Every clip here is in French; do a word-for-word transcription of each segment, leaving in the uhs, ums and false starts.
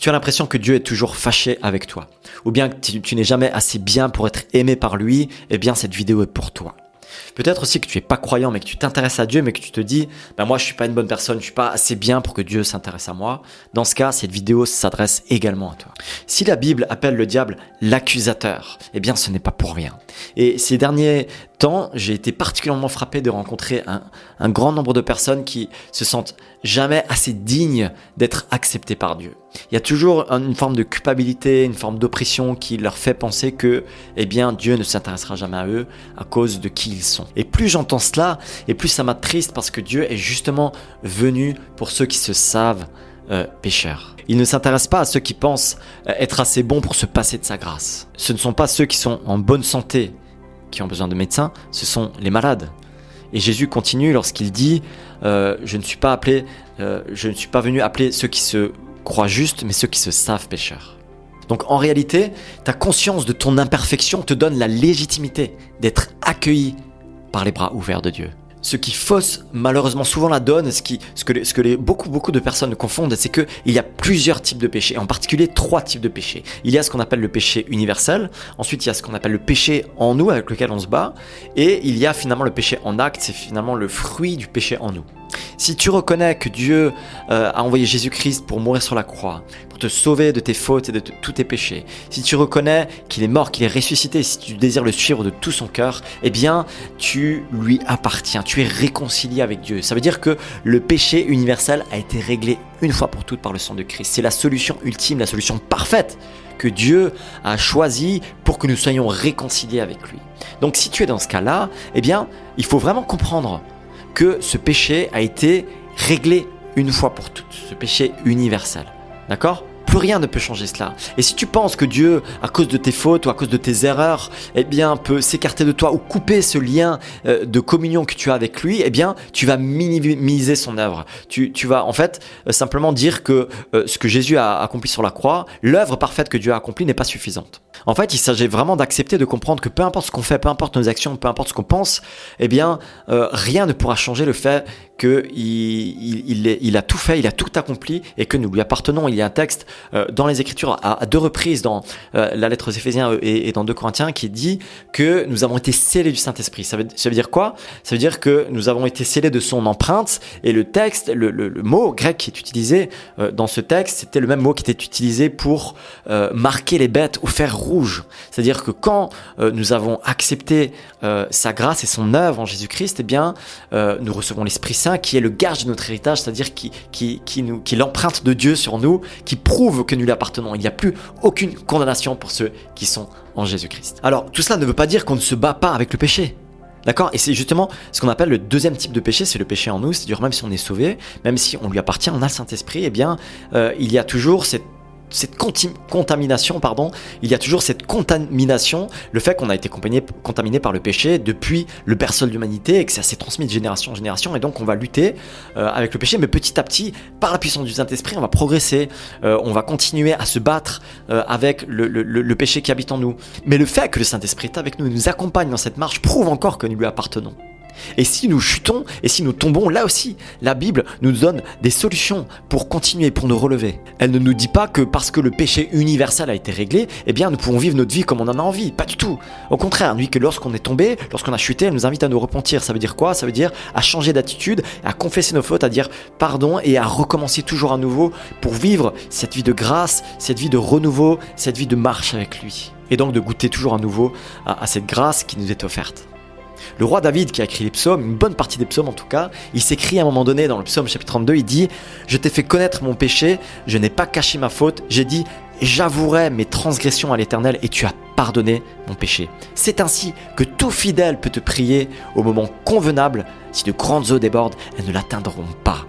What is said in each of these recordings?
tu as l'impression que Dieu est toujours fâché avec toi, ou bien que tu, tu n'es jamais assez bien pour être aimé par lui, eh bien cette vidéo est pour toi. Peut-être aussi que tu n'es pas croyant, mais que tu t'intéresses à Dieu, mais que tu te dis ben « moi je ne suis pas une bonne personne, je ne suis pas assez bien pour que Dieu s'intéresse à moi ». Dans ce cas, cette vidéo s'adresse également à toi. Si la Bible appelle le diable l'accusateur, eh bien ce n'est pas pour rien. Et ces derniers temps, j'ai été particulièrement frappé de rencontrer un, un grand nombre de personnes qui se sentent jamais assez dignes d'être acceptées par Dieu. Il y a toujours une forme de culpabilité, une forme d'oppression qui leur fait penser que eh bien, Dieu ne s'intéressera jamais à eux à cause de qui ils sont. Et plus j'entends cela, et plus ça m'attriste parce que Dieu est justement venu pour ceux qui se savent euh, pécheurs. Il ne s'intéresse pas à ceux qui pensent être assez bons pour se passer de sa grâce. Ce ne sont pas ceux qui sont en bonne santé qui ont besoin de médecins, ce sont les malades. Et Jésus continue lorsqu'il dit euh, « Je ne suis pas appelé, euh, je ne suis pas venu appeler ceux qui se croient justes, mais ceux qui se savent pécheurs. » Donc en réalité, ta conscience de ton imperfection te donne la légitimité d'être accueilli par les bras ouverts de Dieu. Ce qui fausse malheureusement souvent la donne, ce, qui, ce que, les, ce que les, beaucoup, beaucoup de personnes confondent, c'est qu'il y a plusieurs types de péchés, en particulier trois types de péchés. Il y a ce qu'on appelle le péché universel, ensuite il y a ce qu'on appelle le péché en nous avec lequel on se bat, et il y a finalement le péché en acte, c'est finalement le fruit du péché en nous. Si tu reconnais que Dieu euh, a envoyé Jésus-Christ pour mourir sur la croix, pour te sauver de tes fautes et de t- tous tes péchés, si tu reconnais qu'il est mort, qu'il est ressuscité, si tu désires le suivre de tout son cœur, eh bien, tu lui appartiens, tu es réconcilié avec Dieu. Ça veut dire que le péché universel a été réglé une fois pour toutes par le sang de Christ. C'est la solution ultime, la solution parfaite que Dieu a choisie pour que nous soyons réconciliés avec lui. Donc si tu es dans ce cas-là, eh bien, il faut vraiment comprendre que ce péché a été réglé une fois pour toutes, ce péché universel, d'accord ? Plus rien ne peut changer cela. Et si tu penses que Dieu, à cause de tes fautes ou à cause de tes erreurs, eh bien, peut s'écarter de toi ou couper ce lien euh, de communion que tu as avec lui, eh bien, tu vas minimiser son œuvre. Tu, tu vas en fait euh, simplement dire que euh, ce que Jésus a accompli sur la croix, l'œuvre parfaite que Dieu a accomplie n'est pas suffisante. En fait, il s'agit vraiment d'accepter, de comprendre que peu importe ce qu'on fait, peu importe nos actions, peu importe ce qu'on pense, eh bien, euh, rien ne pourra changer le fait qu'il il, il, il a tout fait, il a tout accompli et que nous lui appartenons. Il y a un texte euh, dans les Écritures à, à deux reprises, dans euh, la lettre aux Éphésiens et, et dans deux Corinthiens, qui dit que nous avons été scellés du Saint-Esprit. Ça veut, ça veut dire quoi ? Ça veut dire que nous avons été scellés de son empreinte, et le texte, le, le, le mot grec qui est utilisé euh, dans ce texte, c'était le même mot qui était utilisé pour euh, marquer les bêtes ou faire rouge. C'est-à-dire que quand euh, nous avons accepté euh, sa grâce et son œuvre en Jésus-Christ, eh bien, euh, nous recevons l'Esprit Saint qui est le gage de notre héritage, c'est-à-dire qui, qui, qui, nous, qui est l'empreinte de Dieu sur nous, qui prouve que nous lui appartenons. Il n'y a plus aucune condamnation pour ceux qui sont en Jésus-Christ. Alors, tout cela ne veut pas dire qu'on ne se bat pas avec le péché. D'accord ? Et c'est justement ce qu'on appelle le deuxième type de péché, c'est le péché en nous. C'est-à-dire même si on est sauvé, même si on lui appartient, on a le Saint-Esprit, eh bien, euh, il y a toujours cette cette conti- contamination, pardon, il y a toujours cette contamination, le fait qu'on a été contaminé, contaminé par le péché depuis le berceau de l'humanité et que ça s'est transmis de génération en génération, et donc on va lutter euh, avec le péché, mais petit à petit, par la puissance du Saint-Esprit, on va progresser, euh, on va continuer à se battre euh, avec le, le, le, le péché qui habite en nous. Mais le fait que le Saint-Esprit est avec nous et nous accompagne dans cette marche prouve encore que nous lui appartenons. Et si nous chutons, et si nous tombons, là aussi, la Bible nous donne des solutions pour continuer, pour nous relever. Elle ne nous dit pas que parce que le péché universel a été réglé, eh bien nous pouvons vivre notre vie comme on en a envie. Pas du tout. Au contraire, elle nous dit que lorsqu'on est tombé, lorsqu'on a chuté, elle nous invite à nous repentir. Ça veut dire quoi ? Ça veut dire à changer d'attitude, à confesser nos fautes, à dire pardon et à recommencer toujours à nouveau pour vivre cette vie de grâce, cette vie de renouveau, cette vie de marche avec lui. Et donc de goûter toujours à nouveau à, à cette grâce qui nous est offerte. Le roi David qui a écrit les psaumes, une bonne partie des psaumes en tout cas, il s'écrit à un moment donné dans le psaume chapitre trente-deux, il dit « Je t'ai fait connaître mon péché, je n'ai pas caché ma faute, j'ai dit « J'avouerai mes transgressions à l'Éternel et tu as pardonné mon péché. » C'est ainsi que tout fidèle peut te prier au moment convenable, si de grandes eaux débordent, elles ne l'atteindront pas.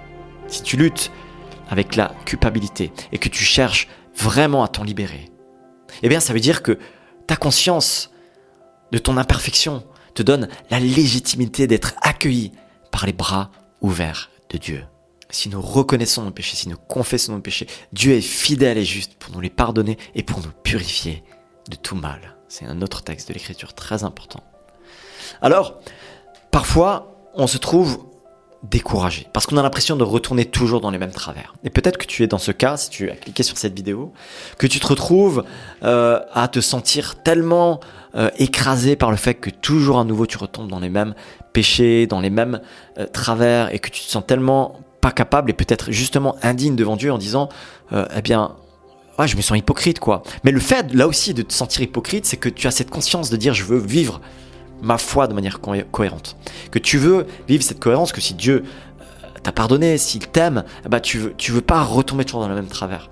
Si tu luttes avec la culpabilité et que tu cherches vraiment à t'en libérer, eh bien ça veut dire que ta conscience de ton imperfection te donne la légitimité d'être accueilli par les bras ouverts de Dieu. Si nous reconnaissons nos péchés, si nous confessons nos péchés, Dieu est fidèle et juste pour nous les pardonner et pour nous purifier de tout mal. C'est un autre texte de l'Écriture très important. Alors, parfois, on se trouve découragé parce qu'on a l'impression de retourner toujours dans les mêmes travers. Et peut-être que tu es dans ce cas, si tu as cliqué sur cette vidéo, que tu te retrouves euh, à te sentir tellement euh, écrasé par le fait que toujours à nouveau tu retombes dans les mêmes péchés, dans les mêmes euh, travers et que tu te sens tellement pas capable et peut-être justement indigne devant Dieu en disant euh, eh bien ouais, je me sens hypocrite quoi. Mais le fait là aussi de te sentir hypocrite, c'est que tu as cette conscience de dire je veux vivre ma foi de manière co- cohérente. Que tu veux vivre cette cohérence, que si Dieu euh, t'a pardonné, s'il t'aime, bah tu veux, tu veux pas retomber toujours dans le même travers.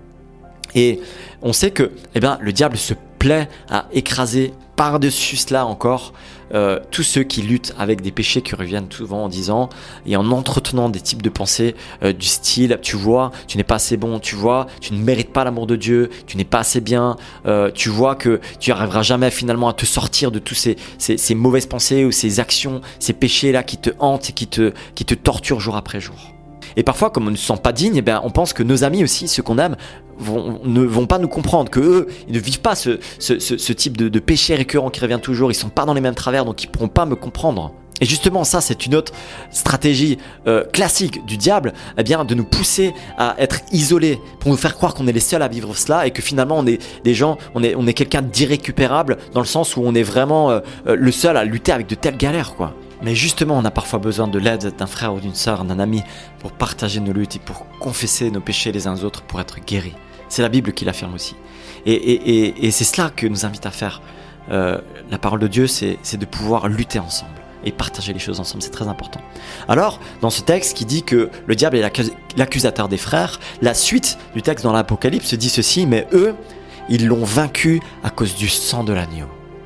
Et on sait que eh ben, le diable se plaît à écraser par-dessus cela encore euh, tous ceux qui luttent avec des péchés qui reviennent souvent en disant et en entretenant des types de pensées euh, du style tu vois, tu n'es pas assez bon, tu vois, tu ne mérites pas l'amour de Dieu, tu n'es pas assez bien, euh, tu vois que tu n'arriveras jamais finalement à te sortir de tous ces, ces, ces mauvaises pensées ou ces actions, ces péchés-là qui te hantent et qui te, qui te torturent jour après jour. Et parfois, comme on ne se sent pas digne, eh bien, on pense que nos amis aussi, ceux qu'on aime, vont, ne vont pas nous comprendre, que eux, ils ne vivent pas ce, ce, ce, ce type de, de péché récurrent qui revient toujours, ils sont pas dans les mêmes travers, donc ils pourront pas me comprendre. Et justement, ça, c'est une autre stratégie euh, classique du diable, eh bien, de nous pousser à être isolés, pour nous faire croire qu'on est les seuls à vivre cela et que finalement, on est des gens, on est, on est quelqu'un d'irrécupérable dans le sens où on est vraiment euh, le seul à lutter avec de telles galères, quoi. Mais justement, on a parfois besoin de l'aide d'un frère ou d'une sœur, d'un ami, pour partager nos luttes et pour confesser nos péchés les uns aux autres, pour être guéris. C'est la Bible qui l'affirme aussi. Et, et, et, et c'est cela que nous invite à faire. Euh, la parole de Dieu, c'est, c'est de pouvoir lutter ensemble et partager les choses ensemble, c'est très important. Alors, dans ce texte qui dit que le diable est l'accus- l'accusateur des frères, la suite du texte dans l'Apocalypse dit ceci, mais eux, ils l'ont vaincu à cause du sang de l'agneau.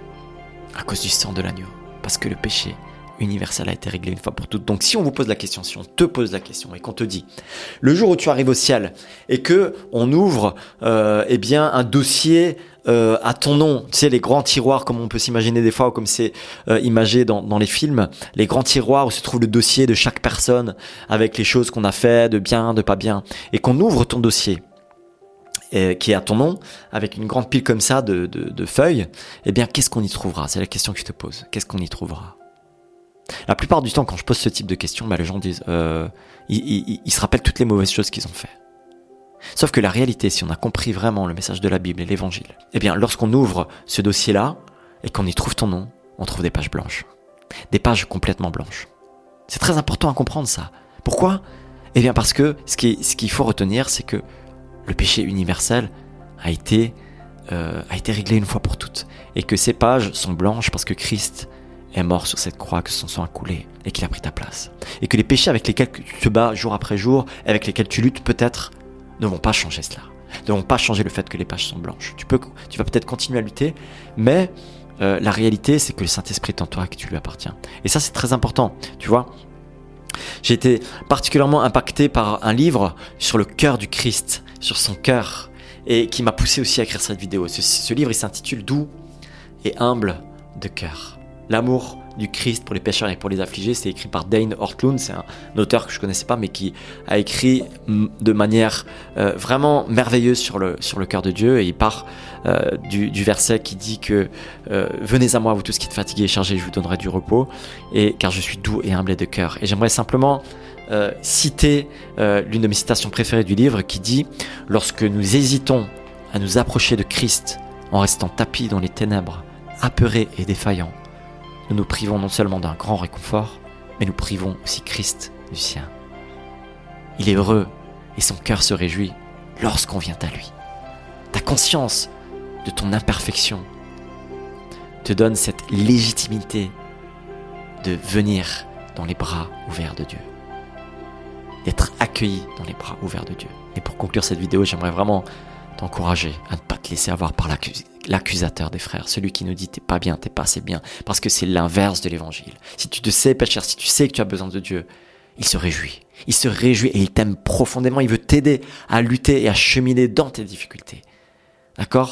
À cause du sang de l'agneau. Parce que le péché universel a été réglé une fois pour toutes. Donc si on vous pose la question, si on te pose la question et qu'on te dit, le jour où tu arrives au ciel et que on ouvre euh, eh bien un dossier euh, à ton nom, tu sais les grands tiroirs comme on peut s'imaginer des fois ou comme c'est euh, imagé dans, dans les films, les grands tiroirs où se trouve le dossier de chaque personne avec les choses qu'on a fait, de bien, de pas bien, et qu'on ouvre ton dossier et, qui est à ton nom, avec une grande pile comme ça de, de, de feuilles, eh bien qu'est-ce qu'on y trouvera? C'est la question que je te pose. Qu'est-ce qu'on y trouvera? La plupart du temps, quand je pose ce type de questions, bah, les gens disent, euh, ils, ils, ils se rappellent toutes les mauvaises choses qu'ils ont fait. Sauf que la réalité, si on a compris vraiment le message de la Bible et l'Évangile, eh bien, lorsqu'on ouvre ce dossier-là et qu'on y trouve ton nom, on trouve des pages blanches, des pages complètement blanches. C'est très important à comprendre ça. Pourquoi? Eh bien, parce que ce qui, ce qu'il faut retenir, c'est que le péché universel a été, euh, a été réglé une fois pour toutes, et que ces pages sont blanches parce que Christ est mort sur cette croix, que son sang a coulé et qu'il a pris ta place. Et que les péchés avec lesquels tu te bats jour après jour, avec lesquels tu luttes peut-être, ne vont pas changer cela. Ne vont pas changer le fait que les pages sont blanches. Tu peux, tu vas peut-être continuer à lutter, mais euh, la réalité, c'est que le Saint-Esprit est en toi et que tu lui appartiens. Et ça, c'est très important. Tu vois, j'ai été particulièrement impacté par un livre sur le cœur du Christ, sur son cœur, et qui m'a poussé aussi à écrire cette vidéo. Ce, ce livre, il s'intitule « Doux et humble de cœur ». L'amour du Christ pour les pécheurs et pour les affligés, c'est écrit par Dane Ortlund, c'est un auteur que je connaissais pas mais qui a écrit de manière euh, vraiment merveilleuse sur le, sur le cœur de Dieu, et il part euh, du, du verset qui dit que euh, venez à moi vous tous qui êtes fatigués et chargés, je vous donnerai du repos, et car je suis doux et humble de cœur. Et j'aimerais simplement euh, citer euh, l'une de mes citations préférées du livre qui dit: lorsque nous hésitons à nous approcher de Christ en restant tapis dans les ténèbres, apeurés et défaillants, nous nous privons non seulement d'un grand réconfort, mais nous privons aussi Christ du sien. Il est heureux et son cœur se réjouit lorsqu'on vient à lui. Ta conscience de ton imperfection te donne cette légitimité de venir dans les bras ouverts de Dieu, d'être accueilli dans les bras ouverts de Dieu. Et pour conclure cette vidéo, j'aimerais vraiment t'encourager à ne pas te laisser avoir par l'accus- l'accusateur des frères, celui qui nous dit t'es pas bien, t'es pas assez bien, parce que c'est l'inverse de l'évangile. Si tu te sais pécheur, si tu sais que tu as besoin de Dieu, il se réjouit. Il se réjouit et il t'aime profondément. Il veut t'aider à lutter et à cheminer dans tes difficultés. D'accord ?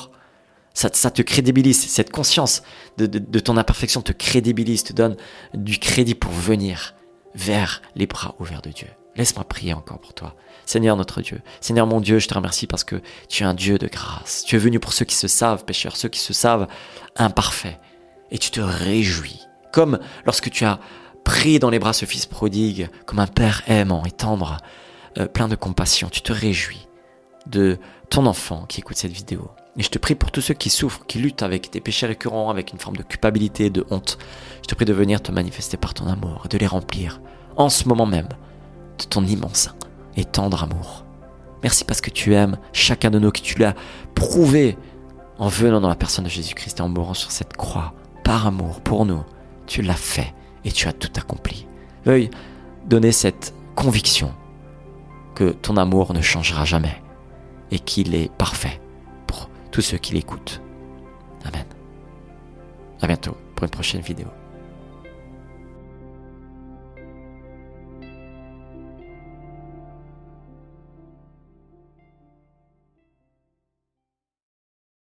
Ça, ça te crédibilise. Cette conscience de, de, de ton imperfection te crédibilise, te donne du crédit pour venir vers les bras ouverts de Dieu. Laisse-moi prier encore pour toi. Seigneur notre Dieu, Seigneur mon Dieu, je te remercie parce que tu es un Dieu de grâce. Tu es venu pour ceux qui se savent pécheurs, ceux qui se savent imparfaits. Et tu te réjouis. Comme lorsque tu as pris dans les bras ce fils prodigue comme un père aimant et tendre, euh, plein de compassion. Tu te réjouis de ton enfant qui écoute cette vidéo. Et je te prie pour tous ceux qui souffrent, qui luttent avec des péchés récurrents, avec une forme de culpabilité, de honte. Je te prie de venir te manifester par ton amour, de les remplir en ce moment même de ton immense et tendre amour. Merci parce que tu aimes chacun de nous, que tu l'as prouvé en venant dans la personne de Jésus-Christ et en mourant sur cette croix. Par amour pour nous, tu l'as fait et tu as tout accompli. Veuille donner cette conviction que ton amour ne changera jamais et qu'il est parfait pour tous ceux qui l'écoutent. Amen. À bientôt pour une prochaine vidéo.